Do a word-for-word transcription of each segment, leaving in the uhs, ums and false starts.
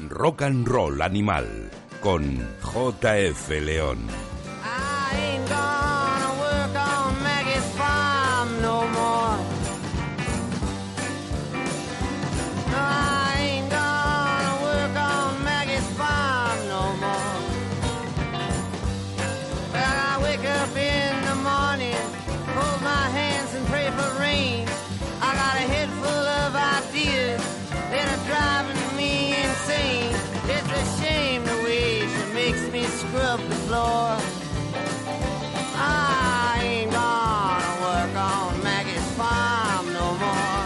Rock and Roll Animal con J F León. I ain't gonna work on Maggie's farm no more. No, I ain't gonna work on Maggie's farm no more. Well, I wake up in the morning, hold my hands and pray for rain. I got a head full of ideas that are driving me insane. It's a shame the way she makes me scrub the floor. I ain't gonna work on Maggie's farm no more.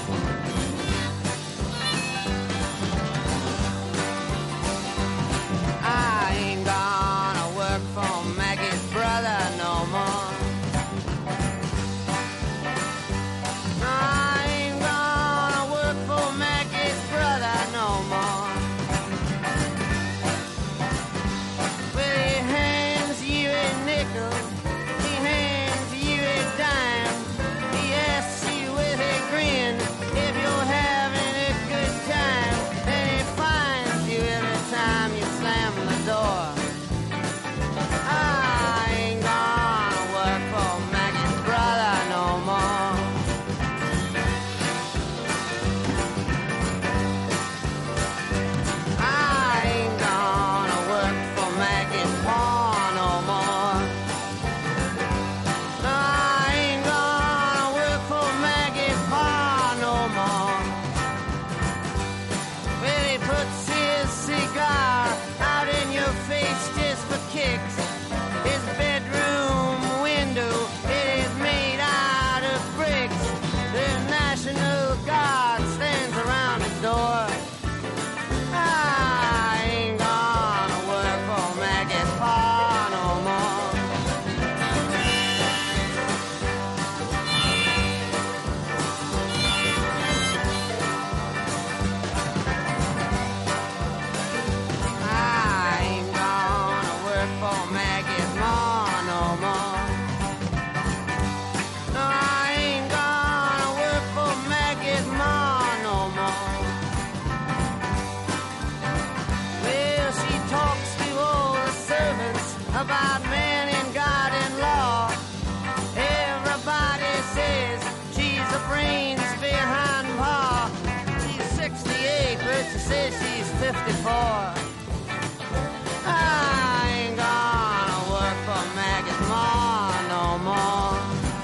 I ain't gonna work for Maggie's brother no more. No, I ain't gonna work for Maggie's brother no more. Well, he hands you a nickel, he hands you a dime, he asks you with a grin if you're having a good time, and he finds you every time you slam the door. I ain't gonna work for Maggie's brother no more. I ain't gonna work for Maggie's paw no more. No, I ain't gonna work for Maggie's paw no more. Well, he puts his cigar out in your face just for kicks. His bedroom window, it is made out of bricks. The National Guard stands around his door. I ain't gonna work for Maggie's paw no more. I ain't gonna work for Maggie's ma no more. No, I ain't gonna work for Maggie's ma no more. Well, she talks to all the servants about man and God and law. Everybody says she's the brains behind Pa. She's sixty-eight, but she says she's fifty-four. I ain't gonna work for Maggie's ma no more.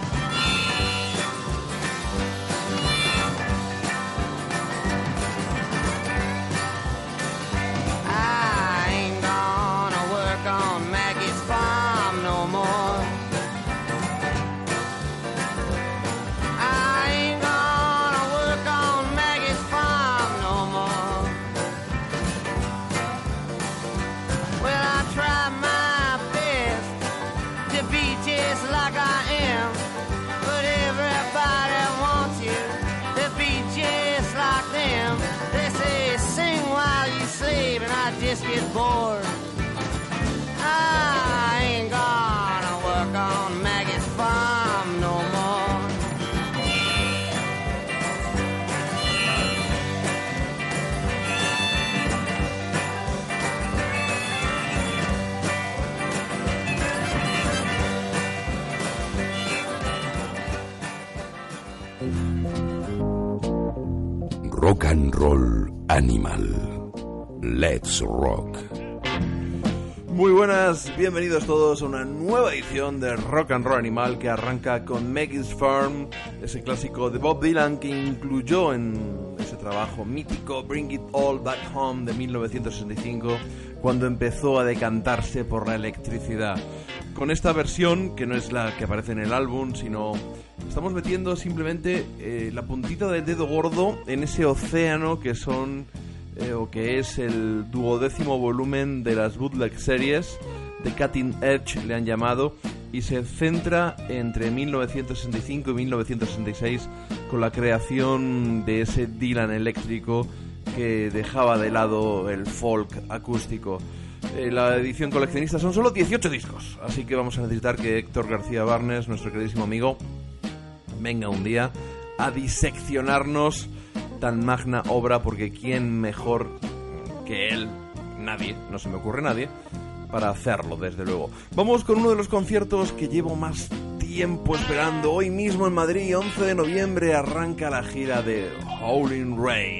I ain't gonna work on Maggie's farm no more. I ain't gonna work on Maggie's farm no more. Well, I try my best to be just like I am, but everybody wants you to be just like them. They say sing while you sleep, and I just get bored. I ain't gonna work on Maggie's farm no more. Rock and Roll Animal. Let's rock. Muy buenas, bienvenidos todos a una nueva edición de Rock and Roll Animal que arranca con Maggie's Farm, ese clásico de Bob Dylan que incluyó en ese trabajo mítico Bring It All Back Home de mil novecientos sesenta y cinco, cuando empezó a decantarse por la electricidad. Con esta versión, que no es la que aparece en el álbum, sino estamos metiendo simplemente eh, la puntita del dedo gordo en ese océano que son... Eh, o que es el duodécimo volumen de las bootleg series de Cutting Edge, le han llamado, y se centra entre mil novecientos sesenta y cinco y mil novecientos sesenta y seis con la creación de ese Dylan eléctrico que dejaba de lado el folk acústico. Eh, la edición coleccionista son solo dieciocho discos, así que vamos a necesitar que Héctor García Barnes, nuestro queridísimo amigo, venga un día a diseccionarnos tan magna obra, porque quién mejor que él, nadie, no se me ocurre nadie, para hacerlo, desde luego. Vamos con uno de los conciertos que llevo más tiempo esperando. Hoy mismo en Madrid, once de noviembre, arranca la gira de Howlin' Rain.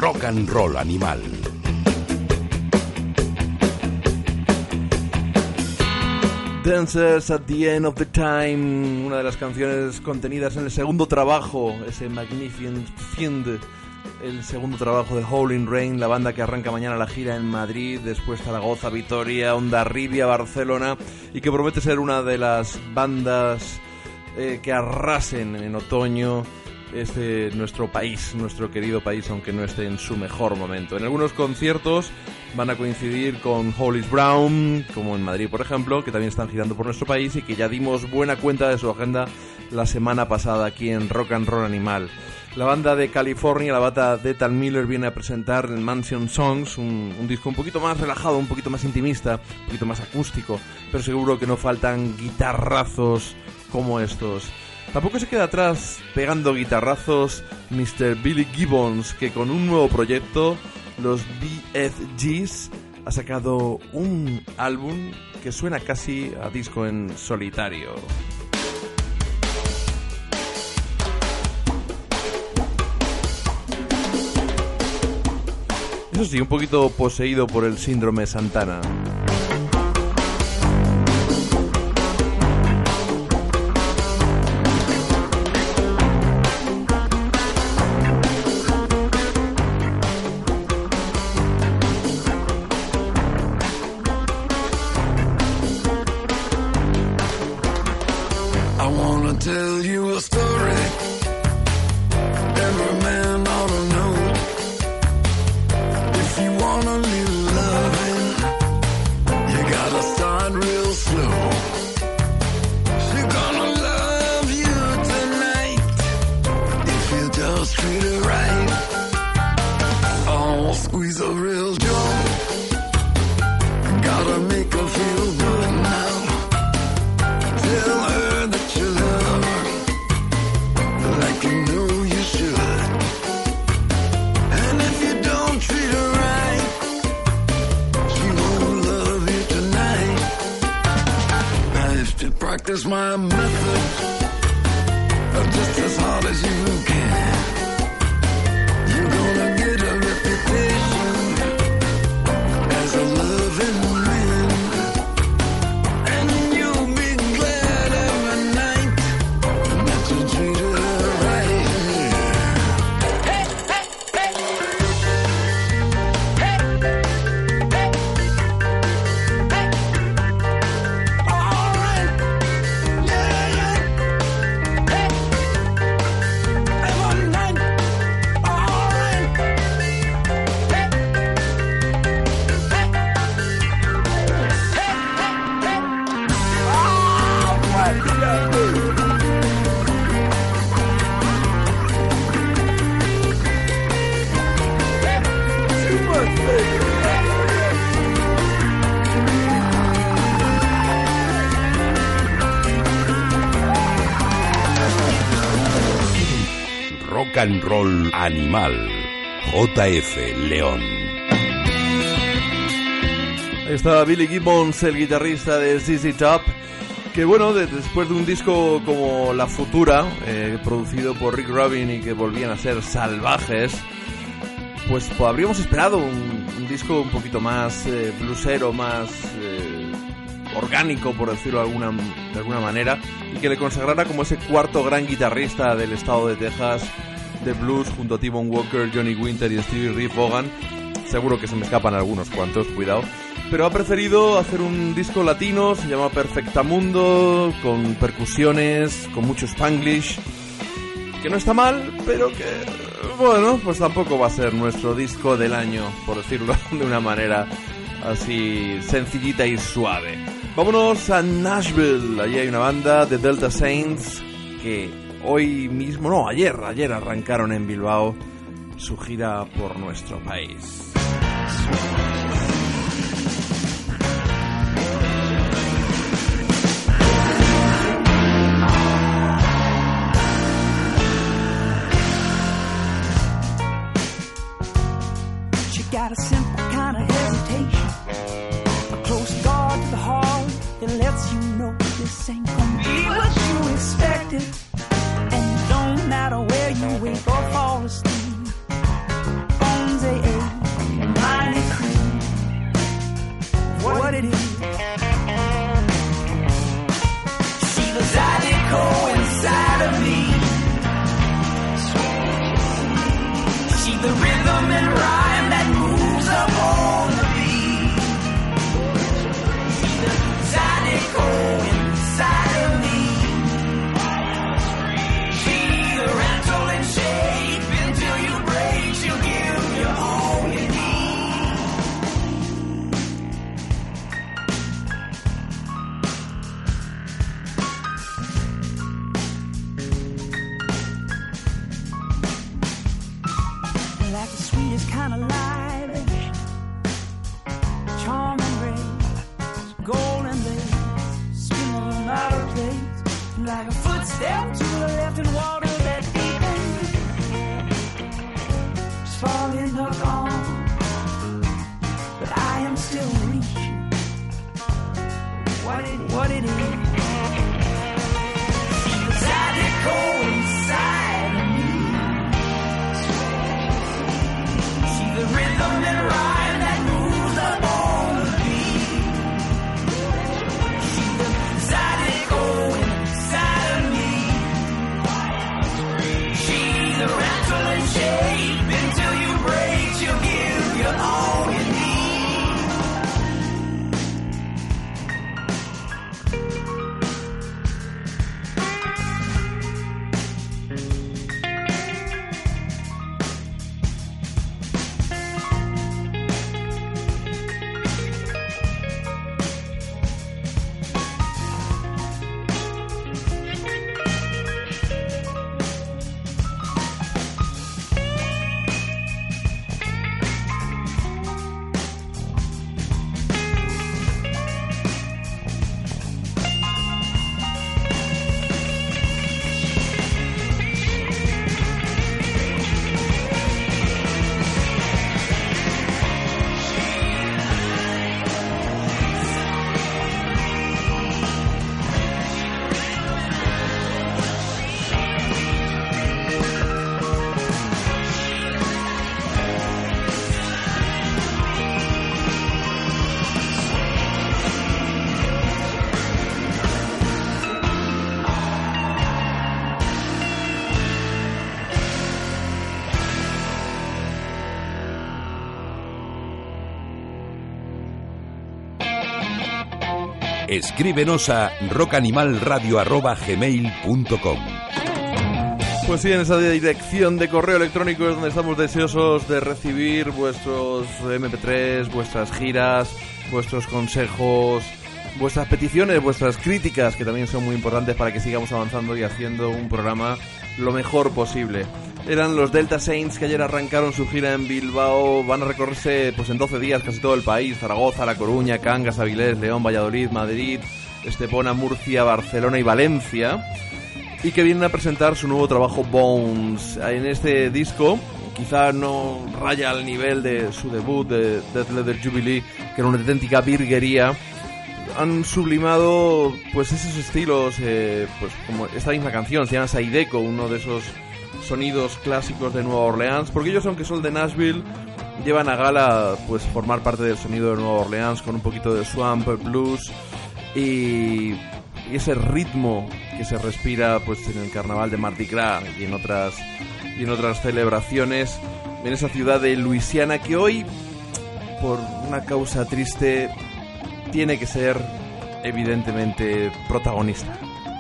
Rock and Roll Animal. Dancers at the End of the Time, una de las canciones contenidas en el segundo trabajo, ese Magnificent Fiend, el segundo trabajo de Howling Rain, la banda que arranca mañana la gira en Madrid, después Zaragoza, Vitoria, Hondarribia, Barcelona, y que promete ser una de las bandas eh, que arrasen en otoño este nuestro país, nuestro querido país, aunque no esté en su mejor momento. En algunos conciertos van a coincidir con Hollis Brown, como en Madrid, por ejemplo, que también están girando por nuestro país y que ya dimos buena cuenta de su agenda la semana pasada aquí en Rock and Roll Animal. La banda de California, la banda de Tal Miller, viene a presentar el Mansion Songs, un, un disco un poquito más relajado, un poquito más intimista, un poquito más acústico, pero seguro que no faltan guitarrazos como estos. Tampoco se queda atrás pegando guitarrazos mister Billy Gibbons, que con un nuevo proyecto, los B F Gs, ha sacado un álbum que suena casi a disco en solitario. Eso sí, un poquito poseído por el síndrome Santana. Tell you a story every man ought to know. If you want a little loving, you gotta start real slow. She's gonna love you tonight if you just treat her right. Oh, squeeze a real joy, gotta make her feel good now. Tell her that you love her like you know you should. And if you don't treat her right, she won't love you tonight. Now if you practice my method just as hard as you can, you're gonna get a reputation as a loving man. And you'll be glad every night that you treat her right. Hey, hey, hey. Hey, hey, hey. All right. Yeah, yeah. Hey. Every night. All right. Hey. Hey. Hey. Hey, hey, hey. Oh, what you gonna do? Too much, baby. Rock and Roll Animal. J F León. Ahí estaba Billy Gibbons, el guitarrista de Z Z Top, que bueno, de- después de un disco como La Futura, eh, producido por Rick Rubin y que volvían a ser salvajes, pues, pues habríamos esperado un, un disco un poquito más eh, bluesero, más eh, orgánico, por decirlo de alguna, de alguna manera, y que le consagrara como ese cuarto gran guitarrista del estado de Texas de blues, junto a T-Bone Walker, Johnny Winter y Stevie Ray Vaughan. Seguro que se me escapan algunos cuantos, cuidado. Pero ha preferido hacer un disco latino, se llama Perfectamundo, con percusiones, con mucho Spanglish, que no está mal, pero que, bueno, pues tampoco va a ser nuestro disco del año, por decirlo de una manera así sencillita y suave. Vámonos a Nashville. Allí hay una banda de Delta Saints que hoy mismo, no, ayer, ayer arrancaron en Bilbao su gira por nuestro país. She got a simple kind of hesitation, a close guard to the heart that lets you know this ain't gonna be what you expected. And it don't matter where you wake or fall asleep, bones is kind of lavish. Charming rays, golden days, spinning out of place. Like a footstep to the left in water that deepens. Just falling up on, but I am still reaching what it, what it is. See the zydeco inside of me. See the rhythm and rhyme that moves up on the beat. See the zydeco inside of me. She's a rattle and shape until you break. She'll give you all you need. Escríbenos a rockanimalradio arroba gmail punto com. Pues sí, en esa dirección de correo electrónico es donde estamos deseosos de recibir vuestros eme pe tres, vuestras giras, vuestros consejos, vuestras peticiones, vuestras críticas, que también son muy importantes para que sigamos avanzando y haciendo un programa lo mejor posible. Eran los Delta Saints, que ayer arrancaron su gira en Bilbao. Van a recorrerse pues en doce días casi todo el país: Zaragoza, La Coruña, Cangas, Avilés, León, Valladolid, Madrid, Estepona, Murcia, Barcelona y Valencia, y que vienen a presentar su nuevo trabajo Bones. En este disco, quizá no raya al nivel de su debut de Death Leather Jubilee, que era una auténtica virguería, han sublimado pues esos estilos, eh, pues como esta misma canción se llama Zydeco, uno de esos sonidos clásicos de Nueva Orleans, porque ellos, aunque son de Nashville, llevan a gala pues formar parte del sonido de Nueva Orleans, con un poquito de swamp blues y, y ese ritmo que se respira pues en el carnaval de Mardi Gras y en otras y en otras celebraciones en esa ciudad de Luisiana, que hoy, por una causa triste, tiene que ser evidentemente protagonista.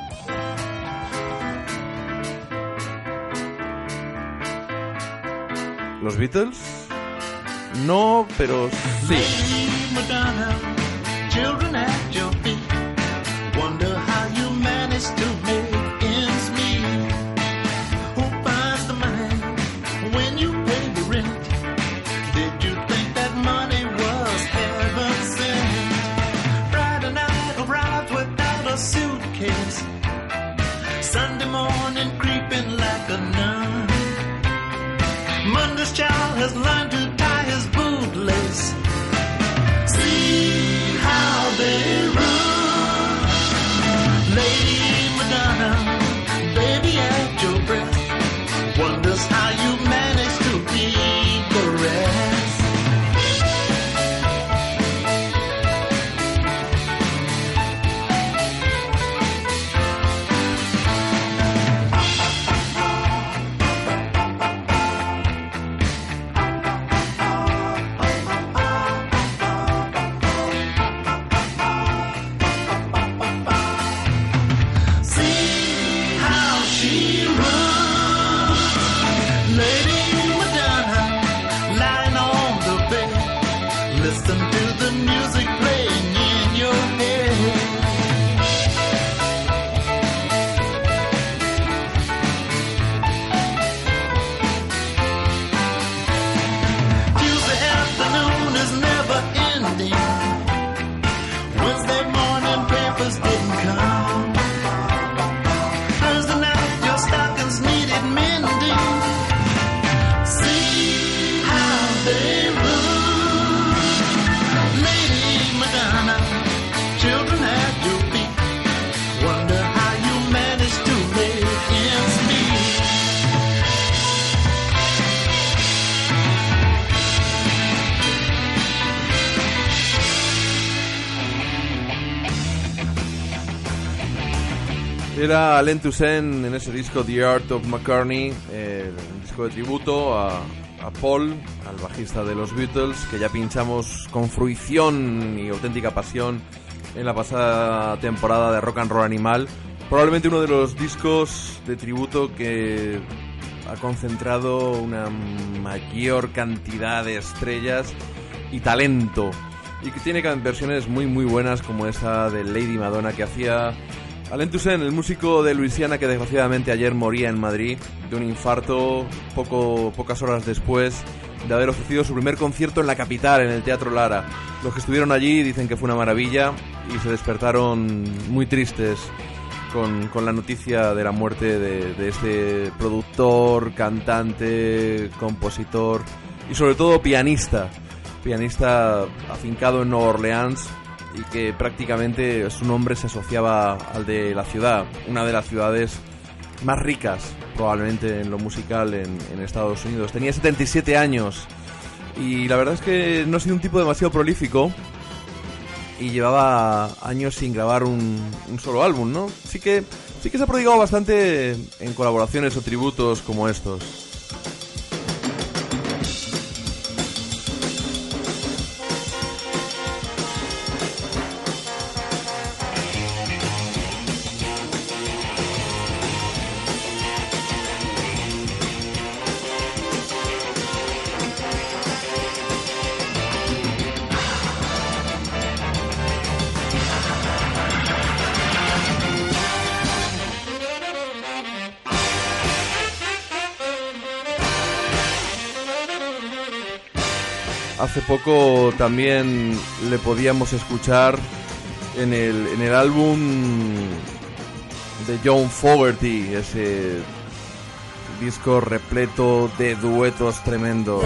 ¿Los Beatles? No, pero sí. Madonna, children at your feet. Wonder how you managed to make ends meet. Who finds the money when you pay the rent? Did you think that money was heaven sent? Friday night arrived without a suitcase. Sunday morning creeping like a nun. Monday's child has learned to tie his bootlace. See how they run. Lady Madonna, baby at your breast, wonders how you manage to beat the rest. Era Alain Toussaint en ese disco The Art of McCartney, eh, un disco de tributo a, a Paul, al bajista de los Beatles, que ya pinchamos con fruición y auténtica pasión en la pasada temporada de Rock and Roll Animal. Probablemente uno de los discos de tributo que ha concentrado una mayor cantidad de estrellas y talento, y que tiene versiones muy muy buenas, como esa de Lady Madonna que hacía Alain Toussaint, el músico de Luisiana que desgraciadamente ayer moría en Madrid de un infarto poco, pocas horas después de haber ofrecido su primer concierto en la capital, en el Teatro Lara. Los que estuvieron allí dicen que fue una maravilla y se despertaron muy tristes con, con la noticia de la muerte de, de este productor, cantante, compositor y sobre todo pianista, pianista afincado en Nueva Orleans, y que prácticamente su nombre se asociaba al de la ciudad, una de las ciudades más ricas probablemente en lo musical en, en Estados Unidos. Tenía setenta y siete años y la verdad es que no ha sido un tipo demasiado prolífico y llevaba años sin grabar un, un solo álbum, ¿no? Sí que, sí que se ha prodigado bastante en colaboraciones o tributos como estos. Hace poco también le podíamos escuchar en el, en el álbum de John Fogerty, ese disco repleto de duetos tremendos.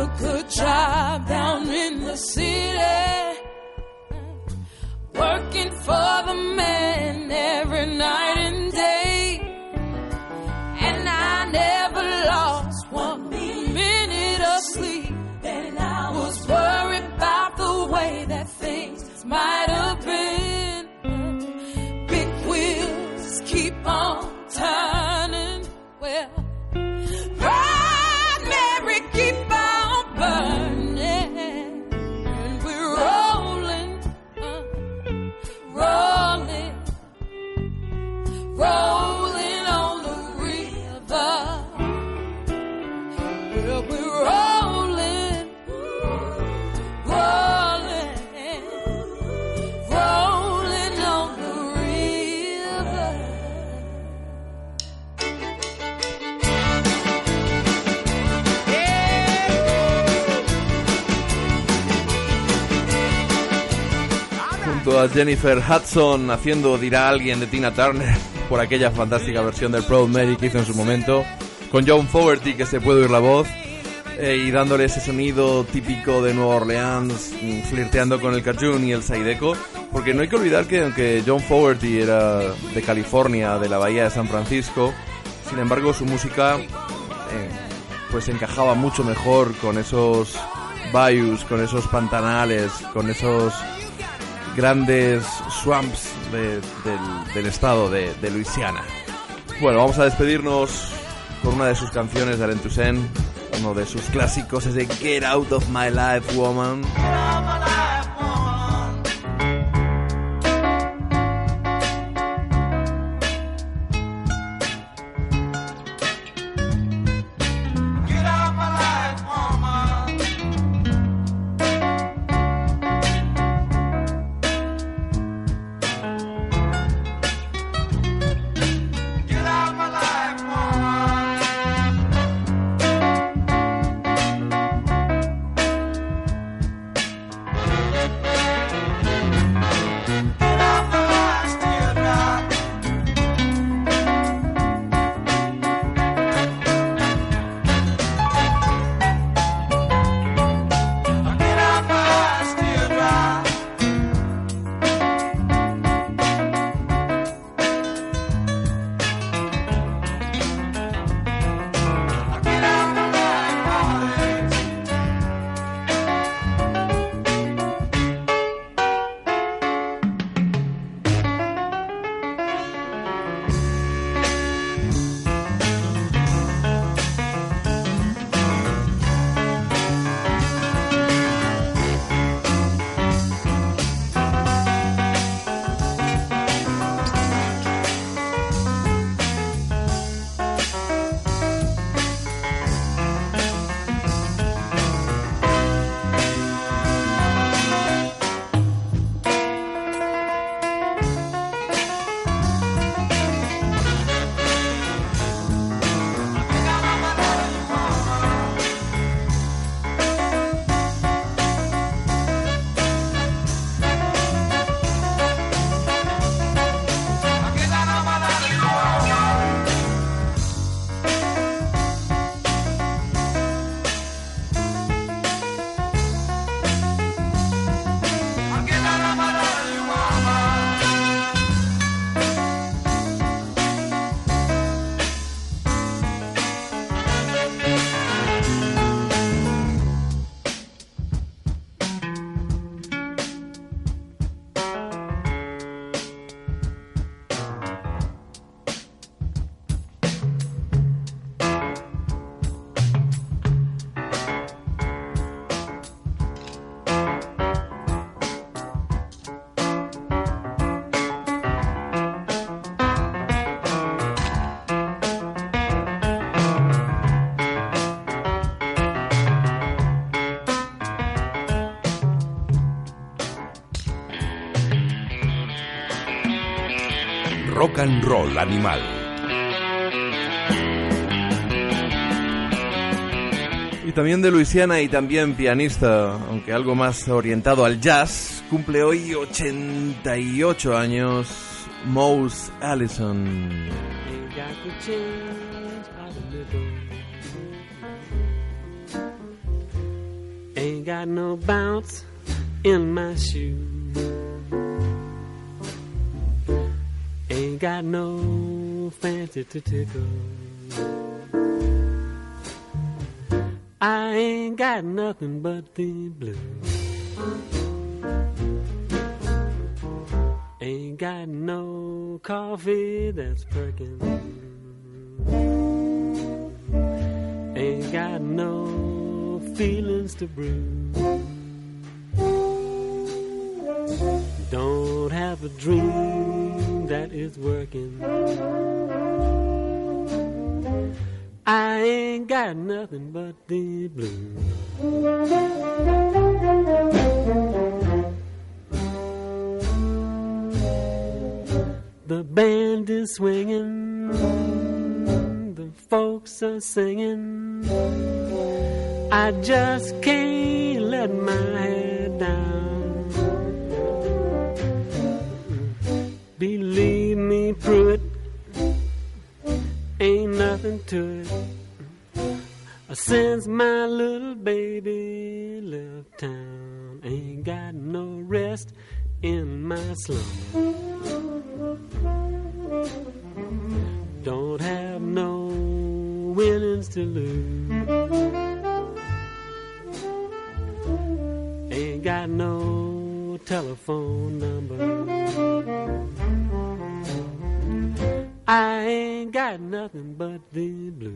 Might have been big wheels keep on turning. Well, Bright Mary keep on burning, and we're rolling, uh, rolling, rolling on the river. Well, we're rolling, rolling. A Jennifer Hudson haciendo Dirá Alguien de Tina Turner por aquella fantástica versión del Proud Mary que hizo en su momento, con John Fogerty, que se puede oír la voz, eh, y dándole ese sonido típico de Nueva Orleans, flirteando con el cajún y el zydeco, porque no hay que olvidar que aunque John Fogerty era de California, de la bahía de San Francisco, sin embargo su música eh, pues encajaba mucho mejor con esos bayous, con esos pantanales, con esos grandes swamps de, del, del estado de, de Luisiana. Bueno, vamos a despedirnos con una de sus canciones de Alain Toussaint, uno de sus clásicos, ese Get Out of My Life, Woman. Rock and Roll Animal. Y también de Luisiana y también pianista, aunque algo más orientado al jazz, cumple hoy ochenta y ocho años Mose Allison. Ain't got the change of a nickel. Ain't got no bounce in my shoe. Ain't got no fancy to tickle. I ain't got nothing but the blues. Ain't got no coffee that's perking. Ain't got no feelings to brew. Don't have a dream that is working. I ain't got nothing but the blues. The band is swinging, the folks are singing. I just can't let my head down. Believe me, Pruitt, ain't nothing to it. Since my little baby left town, ain't got no rest in my slumber. Don't have no winnings to lose. Ain't got no telephone number. I ain't got nothing but the blues.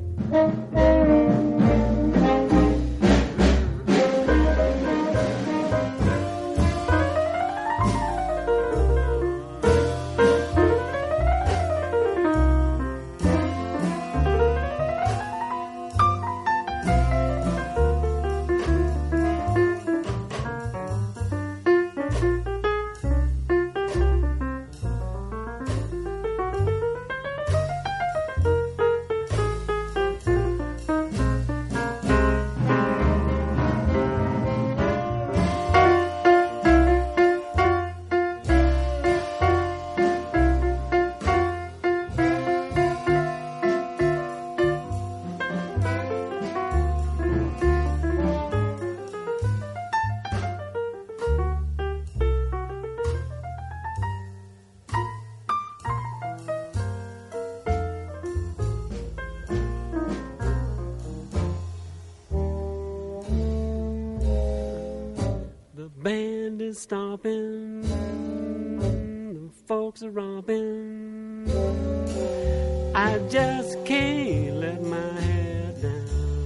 Band is stomping, the folks are romping. I just can't let my head down.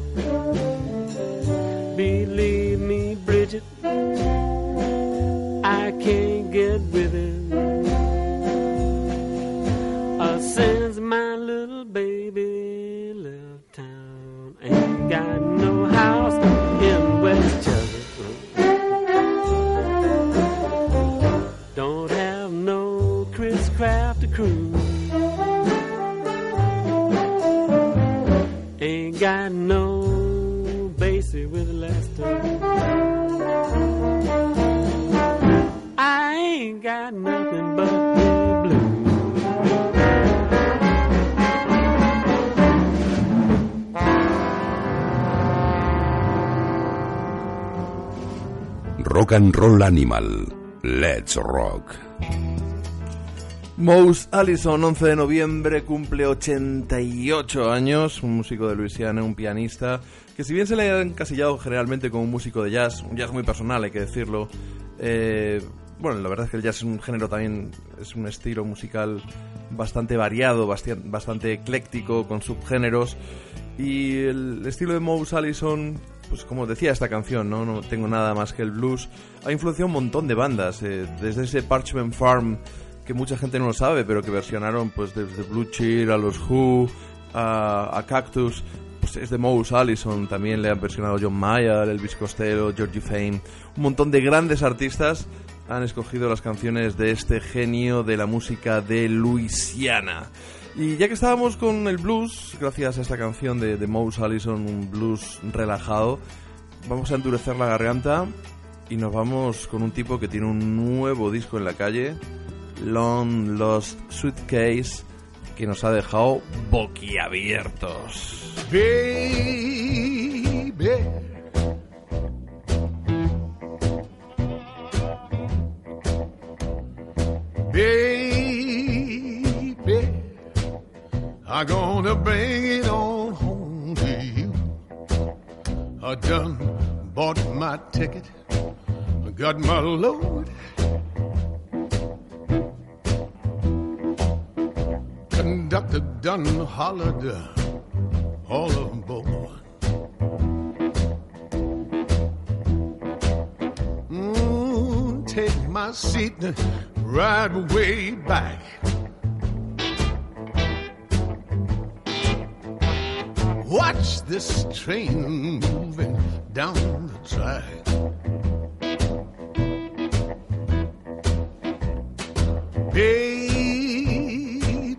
Believe me, Bridget, I can't get with it. Uh, since my little baby left town, ain't got no house in Westchester. Don't have no Chris Craft crew. Ain't got no Basie with Lester. I ain't got nothing but the blues. Rock and Roll Animal. Let's rock. Mose Allison, once de noviembre, cumple ochenta y ocho años, un músico de Luisiana, un pianista, que si bien se le ha encasillado generalmente como un músico de jazz, un jazz muy personal, hay que decirlo, eh, bueno, la verdad es que el jazz es un género también, es un estilo musical bastante variado, bastante, bastante ecléctico, con subgéneros, y el estilo de Mose Allison, pues como decía esta canción, ¿no? No tengo nada más que el blues, ha influenciado un montón de bandas, eh, desde ese Parchment Farm, que mucha gente no lo sabe, pero que versionaron pues desde Blue Cheer a los Who, a, a Cactus, pues es de Mose Allison, también le han versionado John Mayer, Elvis Costello, Georgie Fame, un montón de grandes artistas han escogido las canciones de este genio de la música de Luisiana. Y ya que estábamos con el blues, gracias a esta canción de, de Mouse Allison, un blues relajado, vamos a endurecer la garganta y nos vamos con un tipo que tiene un nuevo disco en la calle, Long Lost Suitcase, que nos ha dejado boquiabiertos. Baby, baby, I'm gonna bring it on home to you. I done bought my ticket, I got my load. Conductor done hollered, all aboard. Mm, take my seat and ride way back. Watch this train moving down the track. Baby,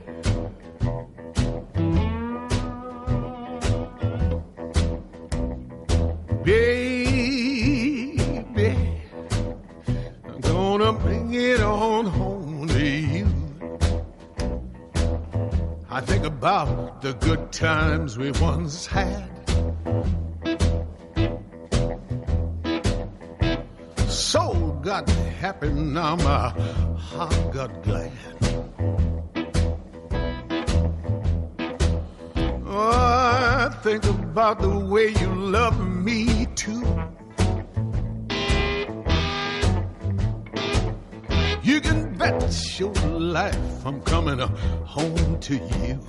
baby, I'm gonna bring it on home to you. I think about the good times we once had. Soul got happy, now my heart got glad. Oh, I think about the way you love me too. You can bet your life I'm coming home to you.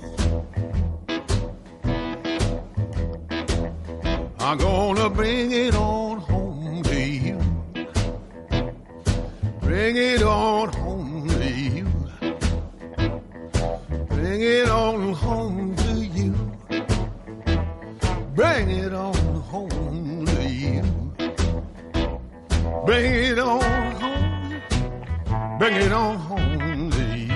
I'm gonna bring it on home to you. Bring it on home to you. Bring it on home to you. Bring it on home to you. Bring it on home. Bring it on home to you.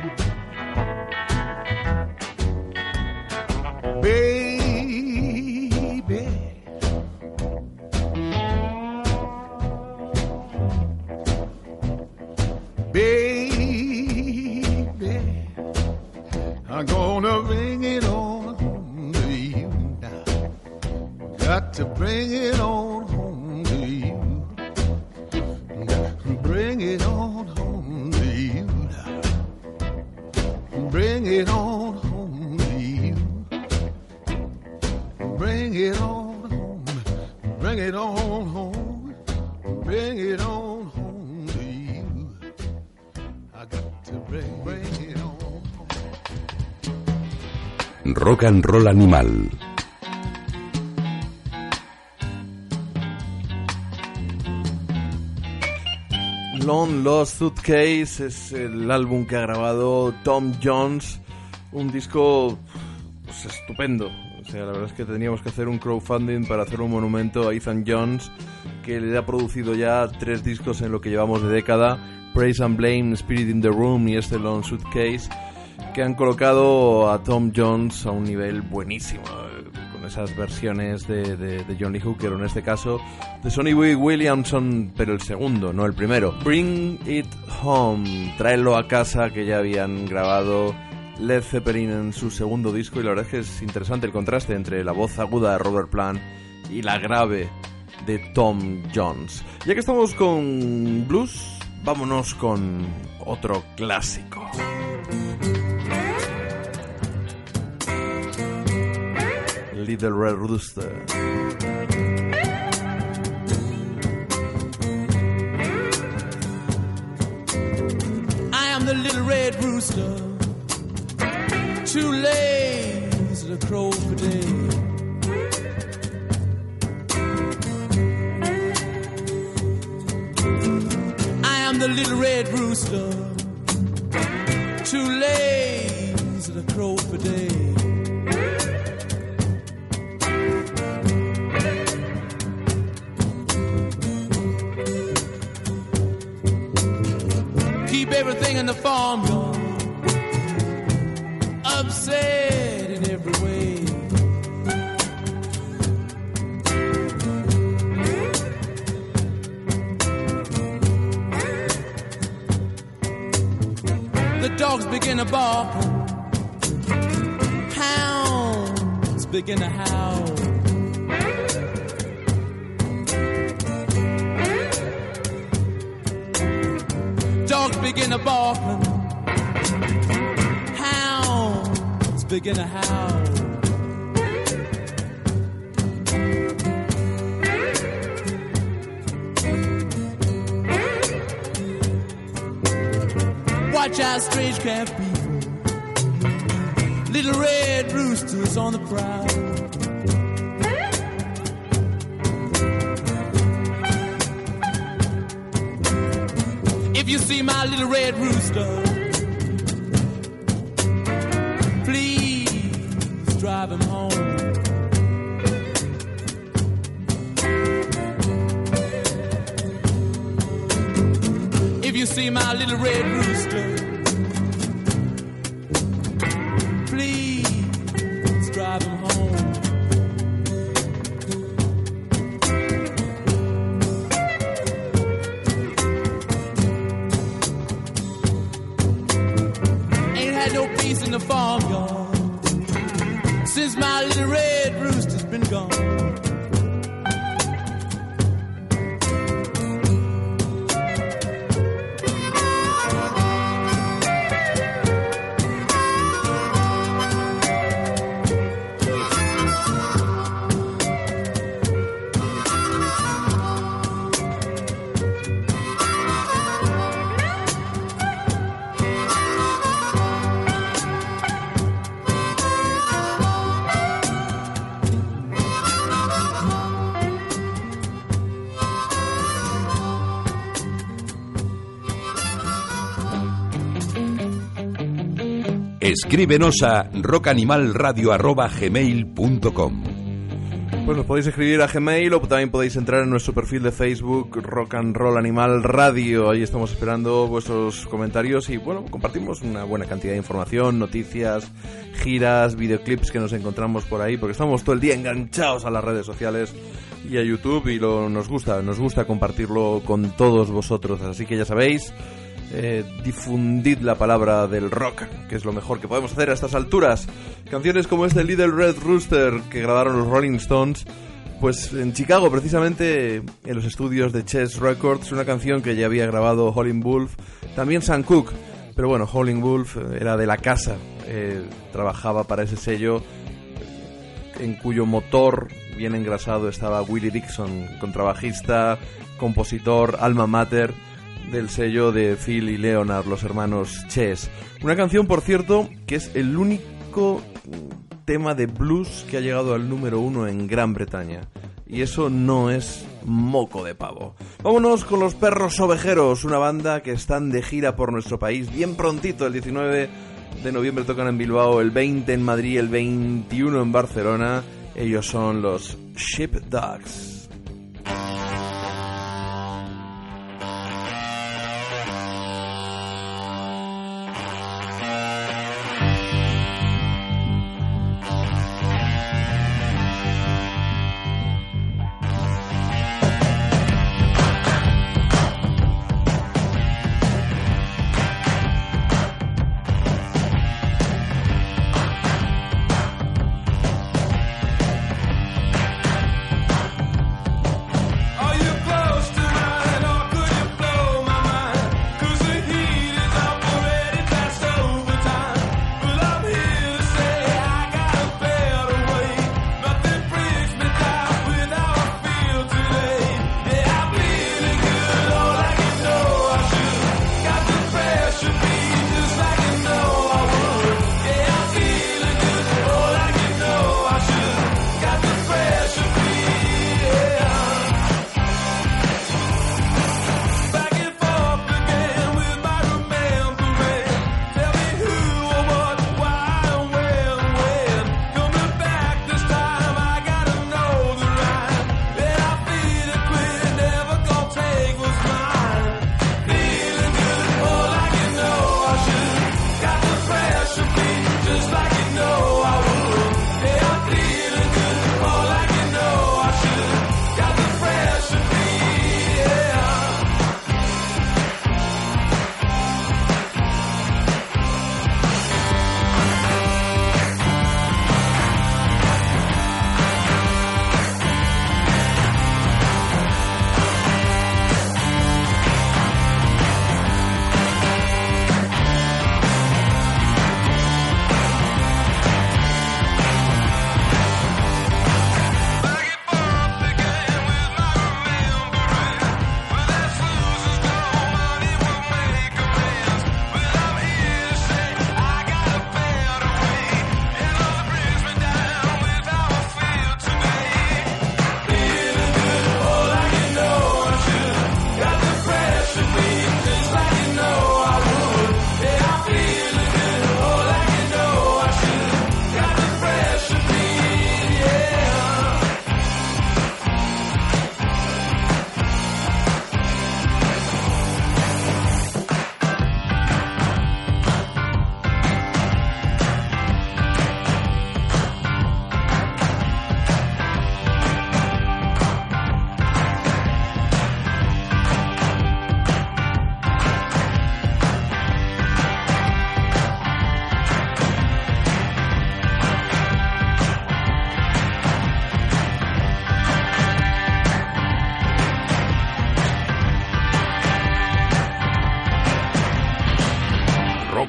Baby, baby, I'm gonna bring it on home to you now. Got to bring it on home to you. Bring it on home to you now. Bring it on home to you. Bring it on home. Bring it on home. Bring it on home to you. I got to bring, bring it on home. Rock and Roll Animal. Long Lost Suitcase es el álbum que ha grabado Tom Jones, un disco pues, estupendo. O sea, la verdad es que tendríamos que hacer un crowdfunding para hacer un monumento a Ethan Jones, que le ha producido ya tres discos en lo que llevamos de década, Praise and Blame, Spirit in the Room y este Long Suitcase, que han colocado a Tom Jones a un nivel buenísimo, con esas versiones de, de, de John Lee Hooker, en este caso de Sonny Boy Williamson, pero el segundo, no el primero. Bring It Home, tráelo a casa, que ya habían grabado Led Zeppelin en su segundo disco, y la verdad es que es interesante el contraste entre la voz aguda de Robert Plant y la grave de Tom Jones. Ya que estamos con blues, vámonos con otro clásico. Little Red Rooster. I am the little red rooster, too lazy to crow for day. I am the little red rooster, too lazy to crow for day. the farmyard, upset in every way. The dogs begin to bark, hounds begin to howl. Dogs begin to bark, hounds begin to howl. Watch out, strange camp people, little red roosters on the prowl. If you see my little red rooster, please drive him home. If you see my little red rooster, please drive him home. Ain't had no peace in the farmyard since my little red rooster's been gone. Escríbenos a rockanimalradio arroba gmail punto com. Pues nos podéis escribir a Gmail o también podéis entrar en nuestro perfil de Facebook, Rock and Roll Animal Radio. Ahí estamos esperando vuestros comentarios y, bueno, compartimos una buena cantidad de información, noticias, giras, videoclips que nos encontramos por ahí, porque estamos todo el día enganchados a las redes sociales y a YouTube y lo, nos gusta, nos gusta compartirlo con todos vosotros. Así que ya sabéis, Eh, difundid la palabra del rock, que es lo mejor que podemos hacer a estas alturas. Canciones como este Little Red Rooster que grabaron los Rolling Stones, pues en Chicago, precisamente en los estudios de Chess Records, una canción que ya había grabado Howlin' Wolf, también Sam Cooke, pero bueno, Howlin' Wolf era de la casa, eh, trabajaba para ese sello en cuyo motor bien engrasado estaba Willie Dixon, contrabajista, compositor, alma mater del sello de Phil y Leonard, los hermanos Chess. Una canción, por cierto, que es el único tema de blues que ha llegado al número uno en Gran Bretaña. Y eso no es moco de pavo. Vámonos con los Perros Ovejeros, una banda que están de gira por nuestro país bien prontito. El diecinueve de noviembre tocan en Bilbao, el veinte en Madrid, el veintiuno en Barcelona. Ellos son los Sheepdogs.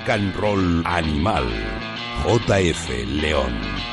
Rock and Roll Animal. J F León.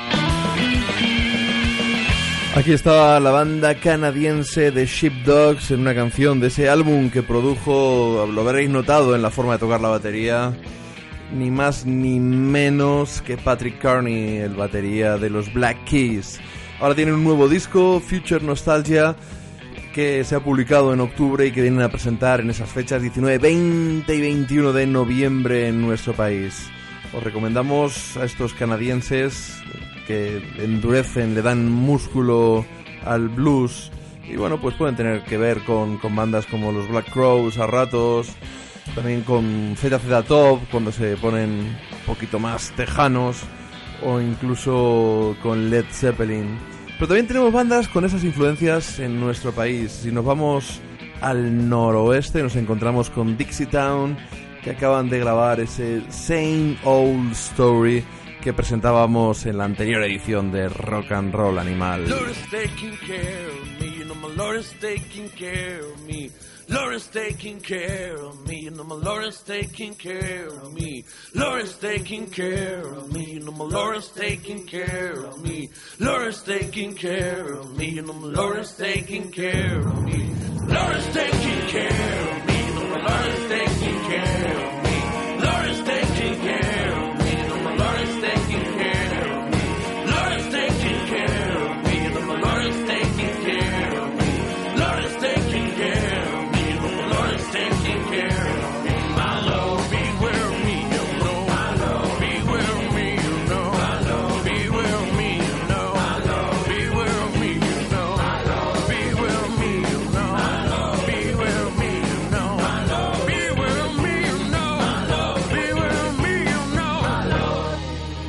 Aquí estaba la banda canadiense de Sheepdogs en una canción de ese álbum que produjo, lo habréis notado en la forma de tocar la batería, ni más ni menos que Patrick Carney, el batería de los Black Keys. Ahora tienen un nuevo disco, Future Nostalgia, que se ha publicado en octubre y que vienen a presentar en esas fechas diecinueve, veinte y veintiuno de noviembre en nuestro país. Os recomendamos a estos canadienses que endurecen, le dan músculo al blues y bueno, pues pueden tener que ver con, con bandas como los Black Crowes a ratos, también con Z Z Top cuando se ponen un poquito más tejanos, o incluso con Led Zeppelin. Pero también tenemos bandas con esas influencias en nuestro país. Si nos vamos al noroeste nos encontramos con Dixietown, que acaban de grabar ese Same Old Story que presentábamos en la anterior edición de Rock and Roll Animal. Lord is taking care of me, you know my Lord is taking care of me. Lord is taking care of me, you know my Lord is taking care of me. Lord is taking care of me, you know my Lord is taking care of me. Lord is taking care of me, you know my Lord is taking care of me. Lord is taking care of me, you know my Lord is taking care of me. Lord is taking care of me, you know my Lord is taking care of me. Lord is taking care of me, you know my Lord is taking care of me. Lord is taking care of me, you know my Lord is taking care of me. My Lord, beware of me, you know. My Lord, beware of me, you know. My Lord, beware of me, you know. My Lord, beware of me, you know. My Lord, beware of me, you know. My Lord, beware of me, you know. My Lord, beware of me, you know. My Lord, beware of me, you know. My Lord.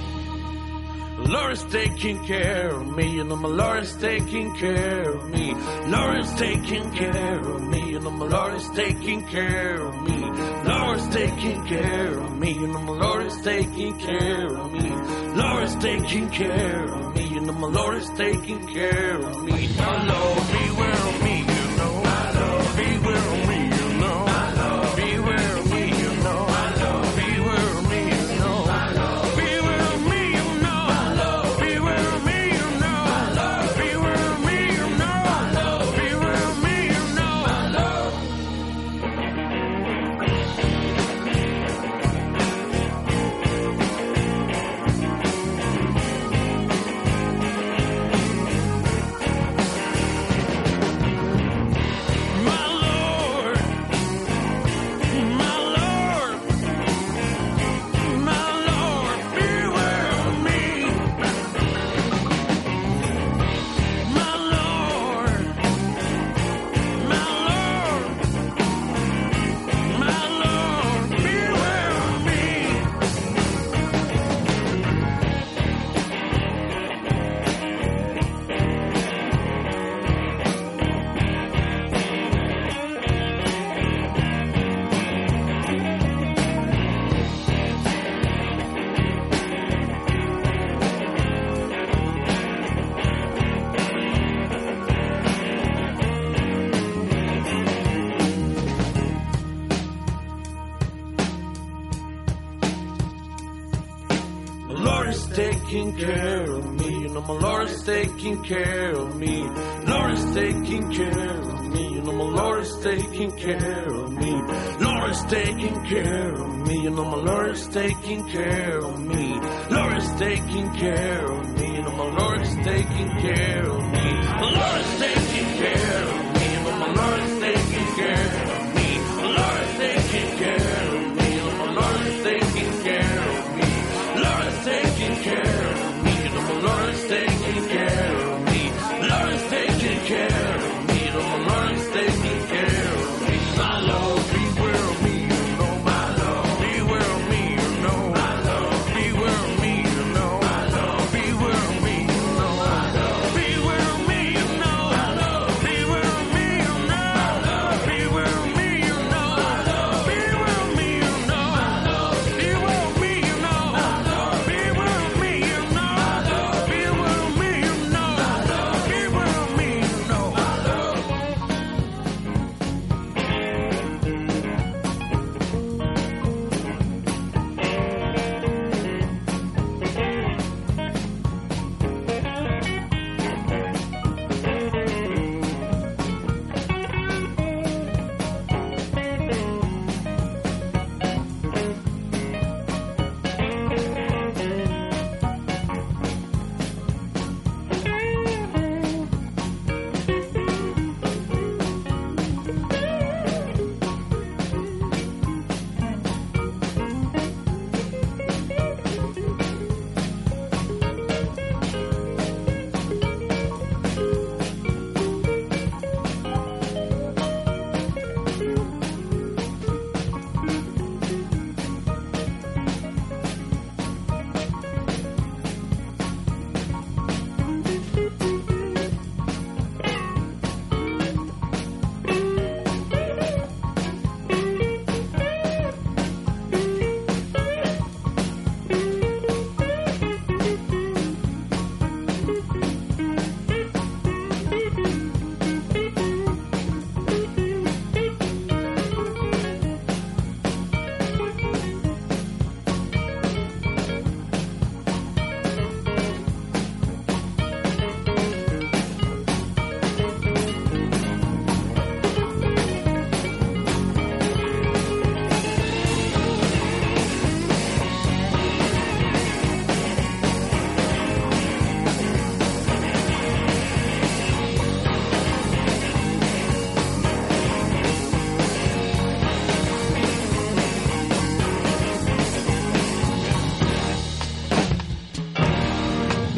Lord is taking care of me, you know my Lord is taking care of me. Lord is taking care of me, you know my Lord is taking care of me. Lord is taking care of me, you know my Lord is taking care of me. Lord is taking care of me, you know my Lord is taking care of me. My Lord, beware of me, you know. My Lord, beware of me, you know. My Lord, beware of me, you know. My Lord, beware of me, you know. My Lord, beware of me, you know. My Lord, beware of me, you know. My Lord, beware of me, you know. My Lord, beware of me, you know. My Lord. My Lord, my Lord, my Lord, beware of me. My Lord, my Lord, my Lord, beware of me. The Lord is taking care of me, you know my Lord is taking care of me. Lord is taking care of me, you know my Lord is taking care of me. Lord is taking care of me, you know my Lord is taking care of me. Lord is taking care of me, you know my Lord is taking care of me. The Lord is taking care of me, you know my Lord is taking care of me. The Lord is taking care of me, you know my Lord is taking care of me. Lord is taking care of me, you know my Lord is taking care of me. Lord is taking care of me, you know my Lord is taking care of me. My Lord, beware of me, you know. My Lord, beware of me, you know. My Lord, beware of me, you know. My Lord, beware of me, you know. My Lord, beware of me, you know. My Lord, beware of me, you know.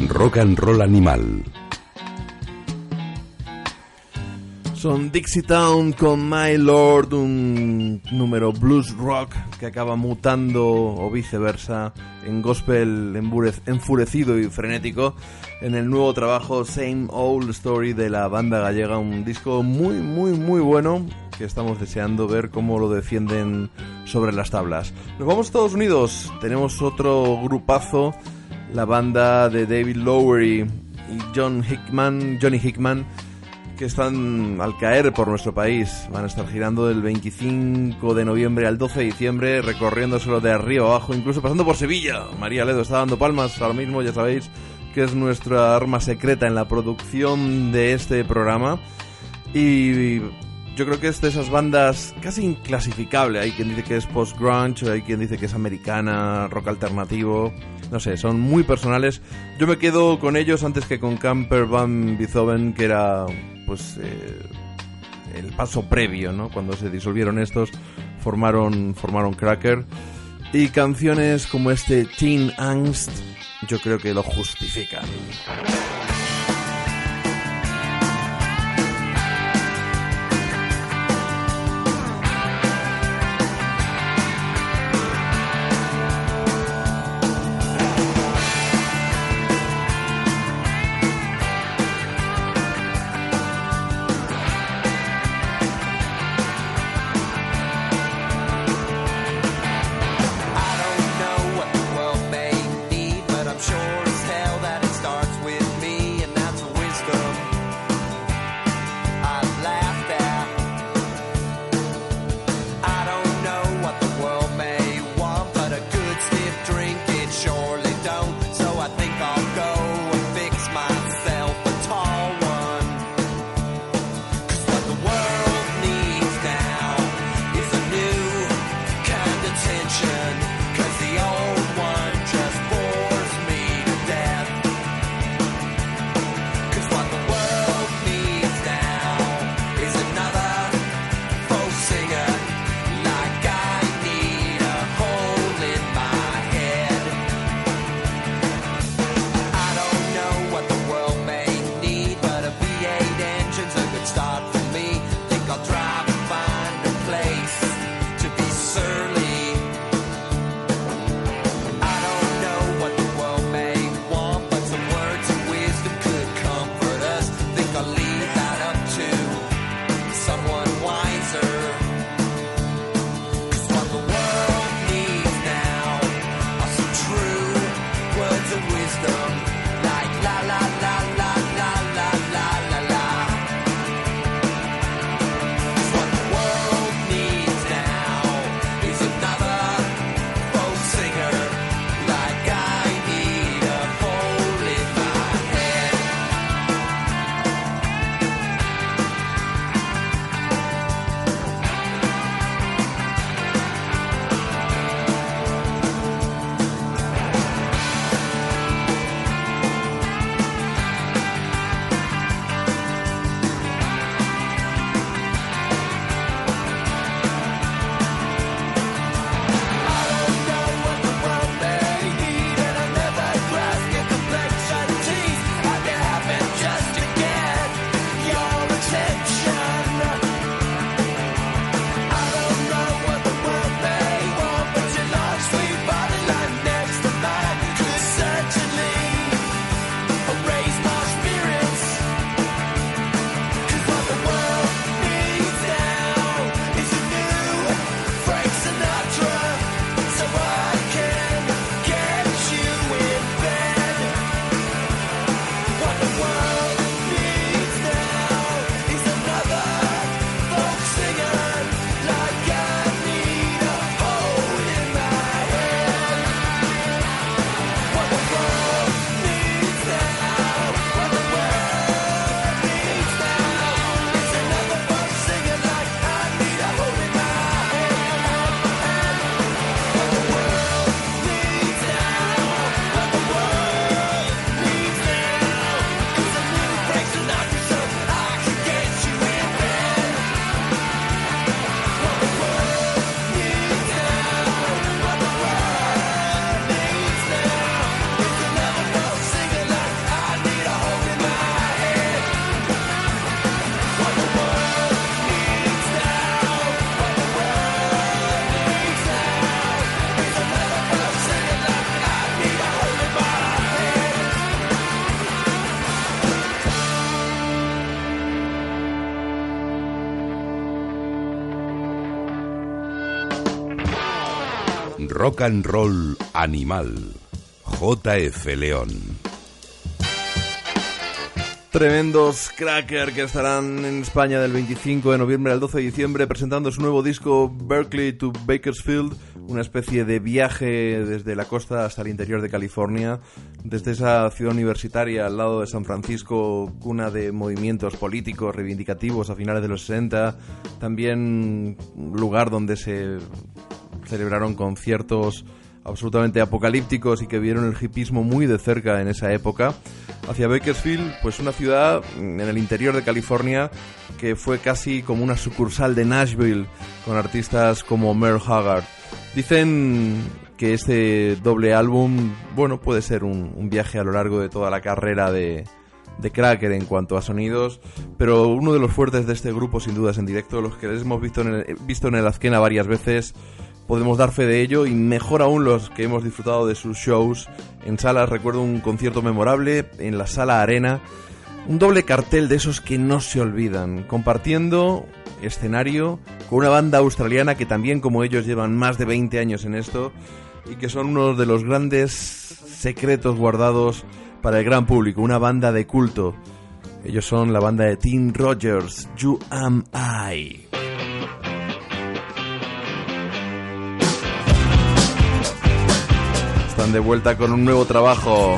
Rock and Roll Animal. Son Dixie Town con My Lord, un número blues rock que acaba mutando o viceversa en gospel embure- enfurecido y frenético en el nuevo trabajo Same Old Story de la banda gallega, un disco muy muy muy bueno que estamos deseando ver cómo lo defienden sobre las tablas. Nos vamos a Estados Unidos, tenemos otro grupazo, la banda de David Lowery y John Hickman, Johnny Hickman, que están al caer por nuestro país. Van a estar girando del veinticinco de noviembre al doce de diciembre, recorriéndoselo de arriba abajo, incluso pasando por Sevilla. María Ledo está dando palmas ahora mismo, ya sabéis que es nuestra arma secreta en la producción de este programa. Y yo creo que es de esas bandas casi inclasificable. Hay quien dice que es post-grunge, hay quien dice que es americana, rock alternativo. No sé, son muy personales. Yo me quedo con ellos antes que con Camper Van Beethoven, que era pues eh, el paso previo, ¿no? Cuando se disolvieron estos, formaron, formaron Cracker. Y canciones como este Teen Angst, yo creo que lo justifican. I Rock and Roll Animal. J F León. Tremendos Cracker que estarán en España del veinticinco de noviembre al doce de diciembre presentando su nuevo disco Berkeley to Bakersfield, una especie de viaje desde la costa hasta el interior de California, desde esa ciudad universitaria al lado de San Francisco, cuna de movimientos políticos reivindicativos a finales de los sesenta, también lugar donde se celebraron conciertos absolutamente apocalípticos y que vieron el hipismo muy de cerca en esa época, hacia Bakersfield, pues una ciudad en el interior de California que fue casi como una sucursal de Nashville, con artistas como Merle Haggard. Dicen que este doble álbum, bueno, puede ser un, un viaje a lo largo de toda la carrera de, de Cracker en cuanto a sonidos, pero uno de los fuertes de este grupo, sin dudas, en directo, los que les hemos visto en el, visto en el Azkena varias veces, podemos dar fe de ello, y mejor aún los que hemos disfrutado de sus shows en salas. Recuerdo un concierto memorable en la Sala Arena, un doble cartel de esos que no se olvidan, compartiendo escenario con una banda australiana que también, como ellos, llevan más de veinte años en esto y que son uno de los grandes secretos guardados para el gran público, una banda de culto. Ellos son la banda de Tim Rogers, You Am I. Están de vuelta con un nuevo trabajo.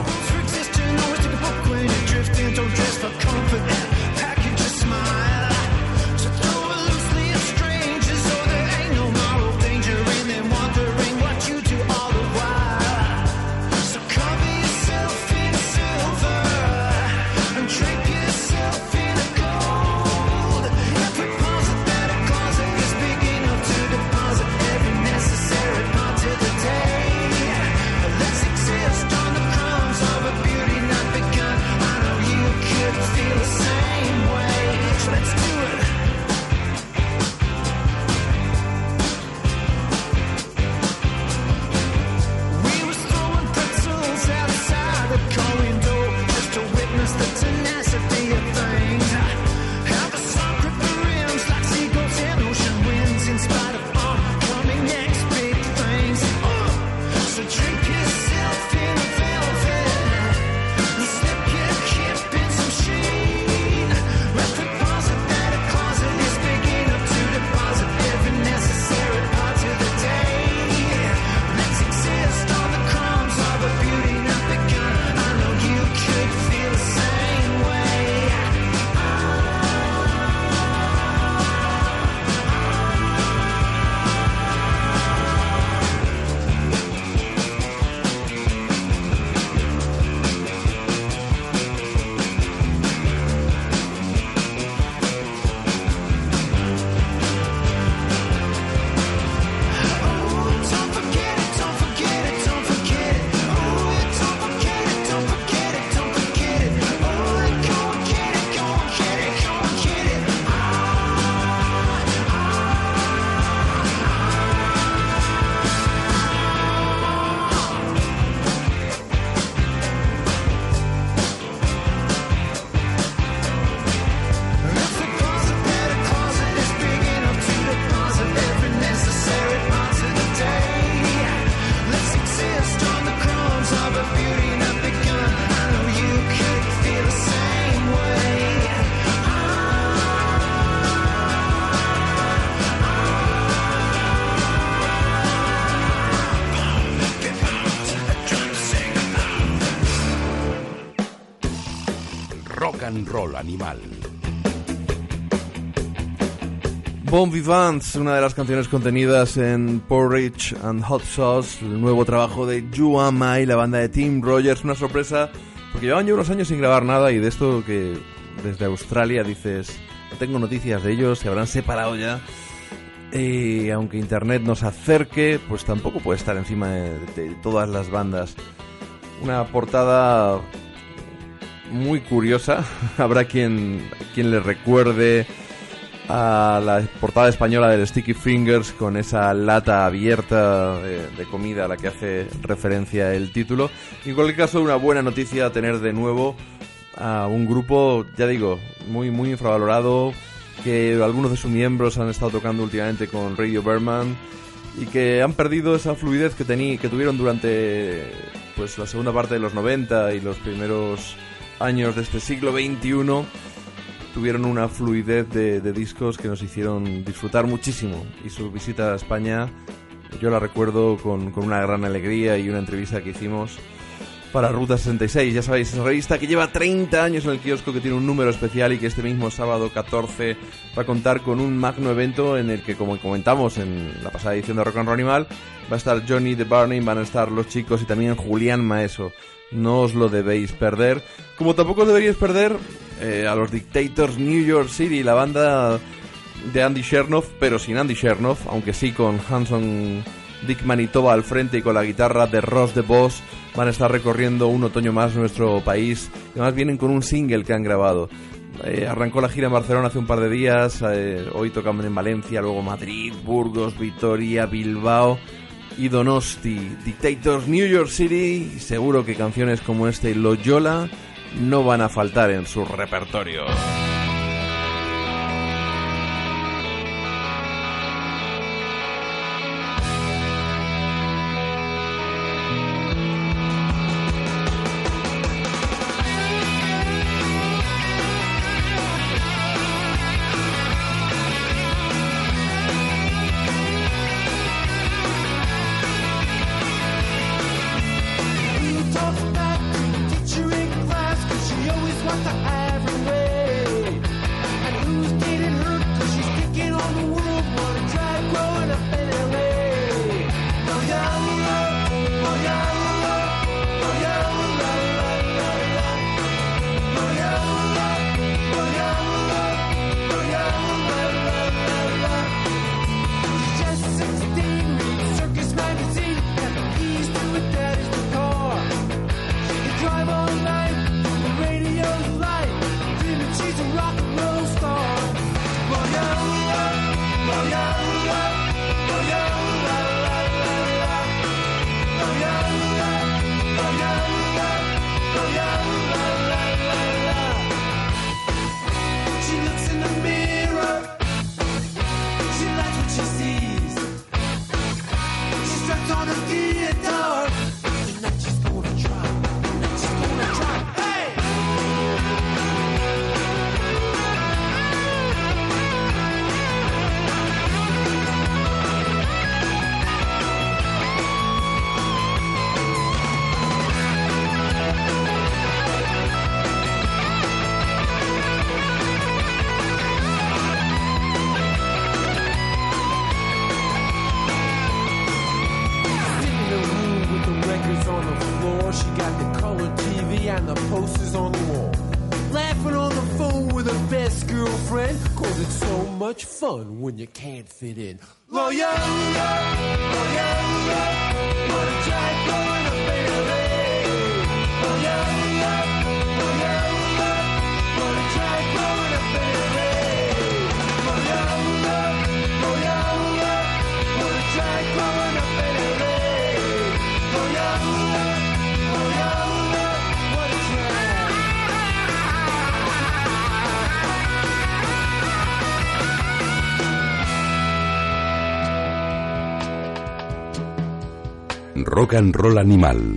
Rock and Roll Animal. Bon Vivants, una de las canciones contenidas en Porridge and Hot Sauce, el nuevo trabajo de You Am I, la banda de Tim Rogers, una sorpresa, porque llevaban ya unos años sin grabar nada, y de esto que desde Australia dices, no tengo noticias de ellos, se habrán separado ya, y aunque internet nos acerque, pues tampoco puede estar encima de, de todas las bandas. Una portada muy curiosa, habrá quien, quien le recuerde a la portada española del Sticky Fingers, con esa lata abierta de, de comida a la que hace referencia el título. Y en cualquier caso, una buena noticia tener de nuevo a un grupo, ya digo, muy muy infravalorado, que algunos de sus miembros han estado tocando últimamente con Radio Berman, y que han perdido esa fluidez que, tení, que tuvieron durante pues la segunda parte de los noventa y los primeros años de este siglo veintiuno. Tuvieron una fluidez de, de discos que nos hicieron disfrutar muchísimo, y su visita a España yo la recuerdo con, con una gran alegría, y una entrevista que hicimos para Ruta sesenta y seis, ya sabéis, esa revista que lleva treinta años en el kiosco, que tiene un número especial y que este mismo sábado catorce va a contar con un magno evento en el que, como comentamos en la pasada edición de Rock and Roll Animal, va a estar Johnny The Burning, van a estar los chicos y también Julián Maeso. No os lo debéis perder, como tampoco os deberíais perder eh, a los Dictators New York City, la banda de Andy Chernoff, pero sin Andy Chernoff, aunque sí con Hanson Dick Manitoba al frente y con la guitarra de Ross the Boss. Van a estar recorriendo un otoño más nuestro país, y además vienen con un single que han grabado. Eh, arrancó la gira en Barcelona hace un par de días, eh, hoy tocan en Valencia, luego Madrid, Burgos, Vitoria, Bilbao y Donosti. Dictators New York City, y seguro que canciones como este Loyola no van a faltar en su repertorio. Fun when you can't fit in. Loyola, Loyola, wanna try going up Bailey. Loyola, Loyola, wanna try going up Bailey. Loyola, Loyola, wanna try going up Bailey. Loyola, Loyola, wanna try. Rock and Roll Animal.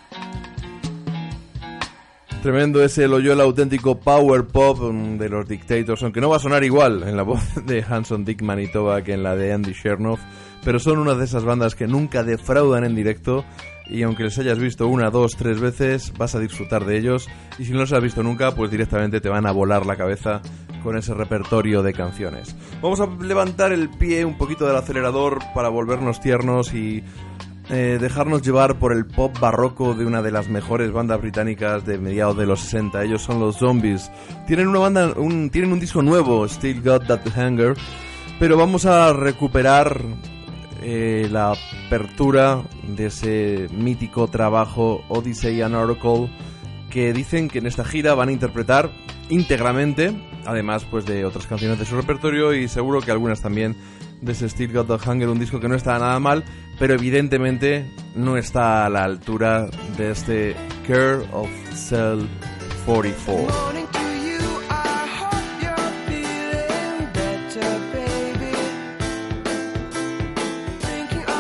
Tremendo ese Loyola, auténtico power pop de los Dictators, aunque no va a sonar igual en la voz de Hanson Dick Manitoba que en la de Andy Chernoff, pero son una de esas bandas que nunca defraudan en directo, y aunque les hayas visto una, dos, tres veces, vas a disfrutar de ellos, y si no los has visto nunca, pues directamente te van a volar la cabeza con ese repertorio de canciones. Vamos a levantar el pie un poquito del acelerador para volvernos tiernos y Eh, dejarnos llevar por el pop barroco de una de las mejores bandas británicas de mediados de los sesenta. Ellos son los Zombies. Tienen una banda, un, tienen un disco nuevo, Still Got That Hunger, pero vamos a recuperar eh, la apertura de ese mítico trabajo Odyssey and Oracle, que dicen que en esta gira van a interpretar íntegramente, además pues de otras canciones de su repertorio, y seguro que algunas también de ese Still Got That Hunger, un disco que no está nada mal, pero evidentemente no está a la altura de este Care of Cell cuarenta y cuatro. Thinking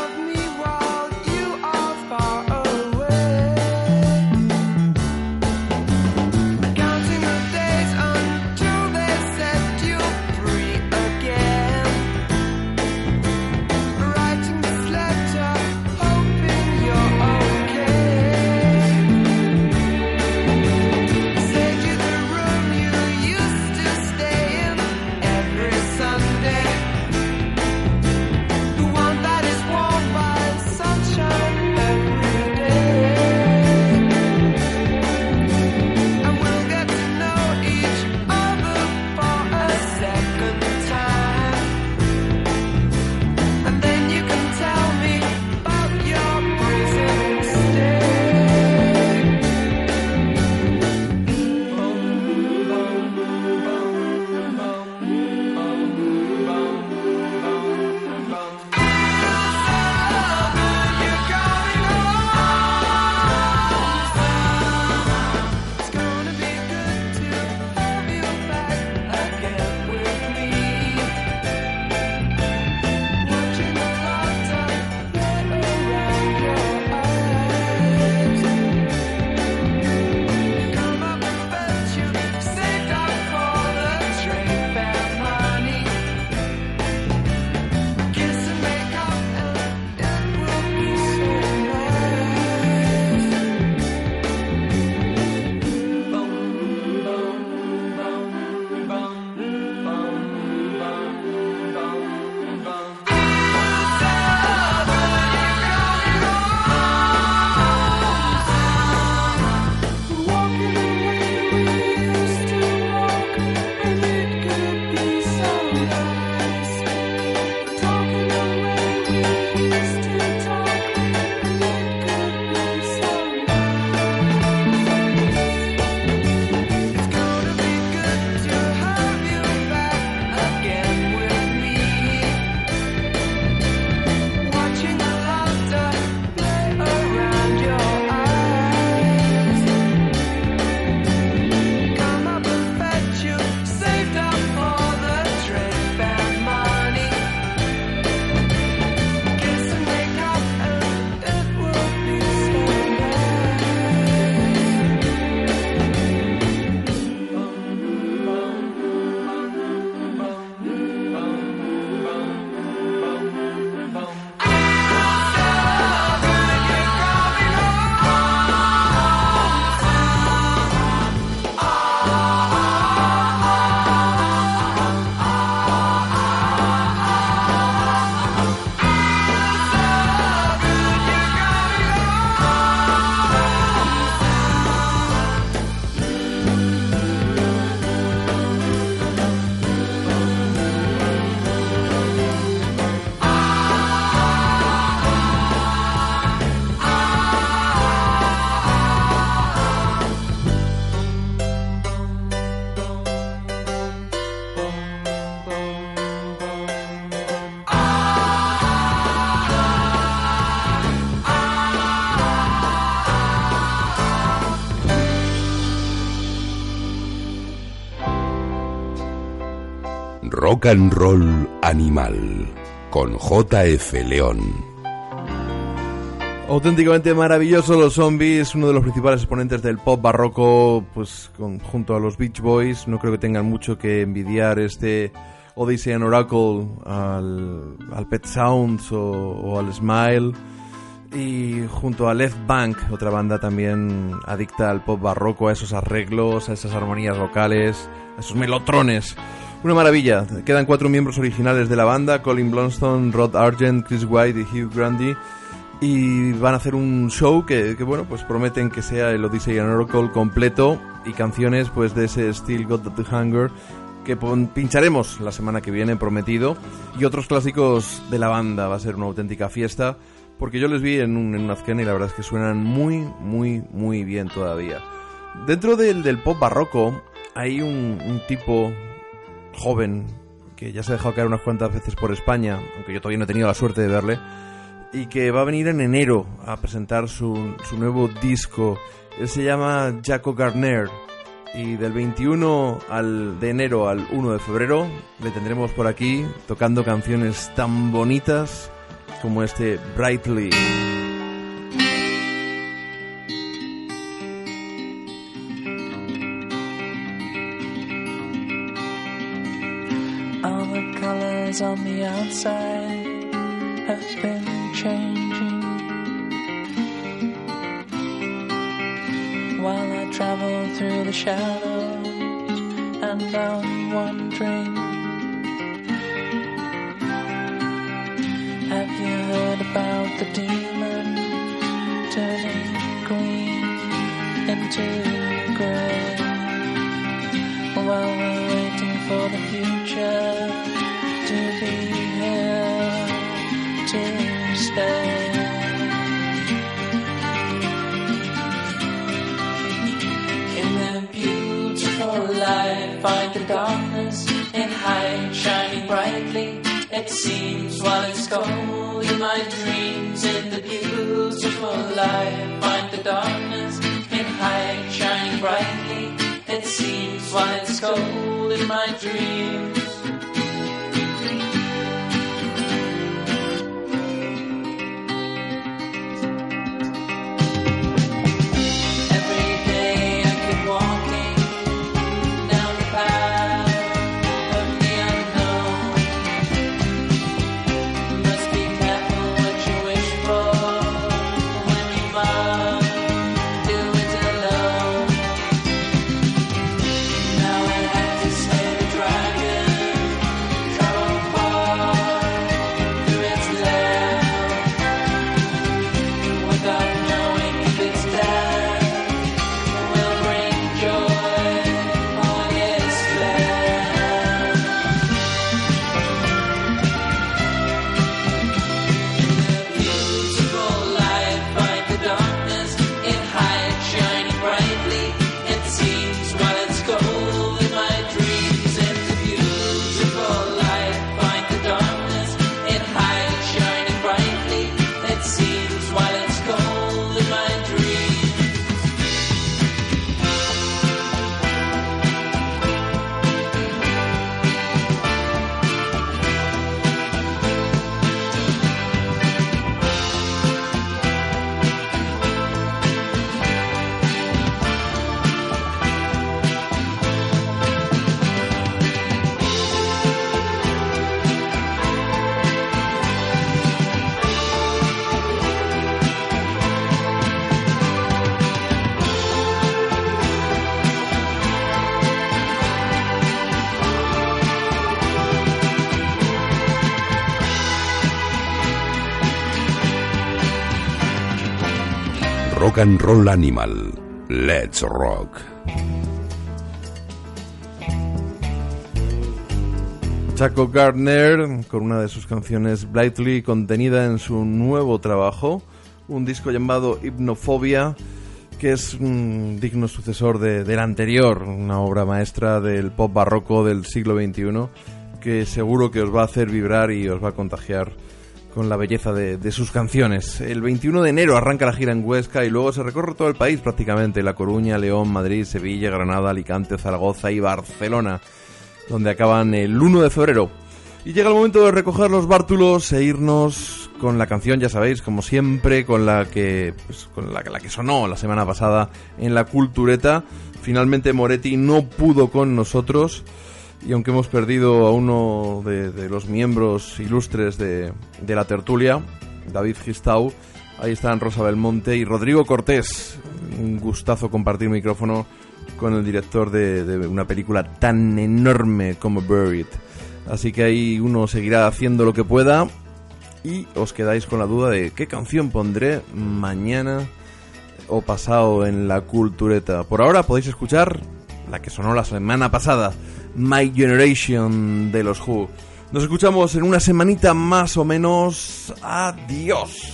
Rock and Roll Animal con J F León. Auténticamente maravilloso Los Zombies, uno de los principales exponentes del pop barroco, pues con, junto a los Beach Boys. No creo que tengan mucho que envidiar este Odyssey and Oracle al, al Pet Sounds o, o al Smile. Y junto a Left Bank, otra banda también adicta al pop barroco, a esos arreglos, a esas armonías vocales, a esos melotrones. Una maravilla. Quedan cuatro miembros originales de la banda: Colin Blunstone, Rod Argent, Chris White y Hugh Grundy. Y van a hacer un show que, que bueno, pues prometen que sea el Odyssey and Oracle completo, y canciones pues de ese Still Got the Hunger que pincharemos la semana que viene, prometido, y otros clásicos de la banda. Va a ser una auténtica fiesta, porque yo les vi en un, en una azquena y la verdad es que suenan muy, muy, muy bien todavía. Dentro del, del pop barroco hay un, un tipo joven que ya se ha dejado caer unas cuantas veces por España, aunque yo todavía no he tenido la suerte de verle, y que va a venir en enero a presentar su, su nuevo disco. Él se llama Jaco Gardner, y del veintiuno al, de enero al uno de febrero le tendremos por aquí tocando canciones tan bonitas como este Brightly. All the colors on the outside have been changing while I travel through the shadows, and I'm wondering, have you heard about the demon turning green into grey? While we're waiting for the future to be here to stay. In the beautiful light, find the darkness in hide, shining brightly. It seems while it's cold in my dreams. In the beautiful light, find the darkness in hide, shining brightly. It seems while it's cold in my dreams. Rock and Roll Animal. Let's rock. Jaco Gardner con una de sus canciones Blithely, contenida en su nuevo trabajo, un disco llamado Hypnophobia, que es un digno sucesor de, del anterior, una obra maestra del pop barroco del siglo veintiuno, que seguro que os va a hacer vibrar y os va a contagiar con la belleza de, de sus canciones. El veintiuno de enero arranca la gira en Huesca y luego se recorre todo el país prácticamente: La Coruña, León, Madrid, Sevilla, Granada, Alicante, Zaragoza y Barcelona. donde acaban el uno de febrero. Y llega el momento de recoger los bártulos e irnos con la canción, ya sabéis, como siempre, con la que pues, con la, la que sonó la semana pasada en la Cultureta. Finalmente Moretti no pudo con nosotros, y aunque hemos perdido a uno de, de los miembros ilustres de, de la tertulia, David Gistau, ahí están Rosa Belmonte y Rodrigo Cortés. Un gustazo compartir micrófono con el director de, de una película tan enorme como Buried. Así que ahí uno seguirá haciendo lo que pueda y os quedáis con la duda de qué canción pondré mañana o pasado en la Cultureta. Por ahora podéis escuchar la que sonó la semana pasada, My Generation de los Who. Nos escuchamos en una semanita más o menos. Adiós.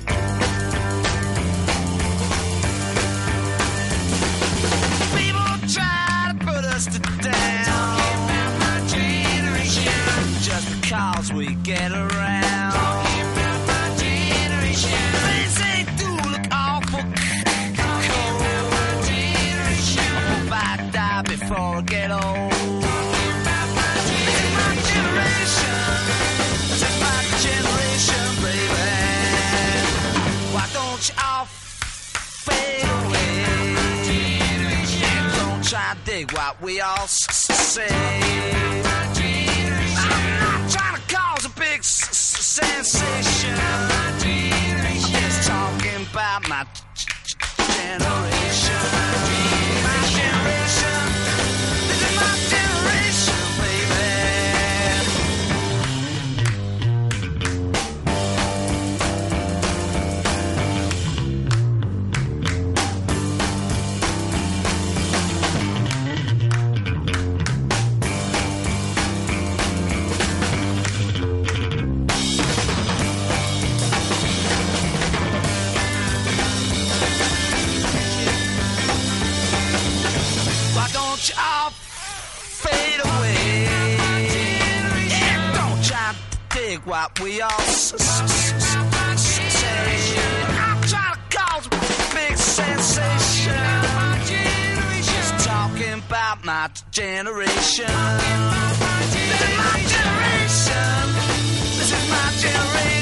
Cause we get around. Talking about my generation. Things they do look awful cold. My generation. I hope I die before I get old. Talking about my generation. This is my generation, baby. Why don't you all fade away? Don't try to dig what we all say. Cause a big s- s- sensation. I'm just talking about my g- g- generation. My generation. This is my generation, you all fade away. Yeah, don't try to dig what we all s- s- s- s- say. I'm trying to cause a big sensation. Just talking about my generation. This is my generation. This is my generation.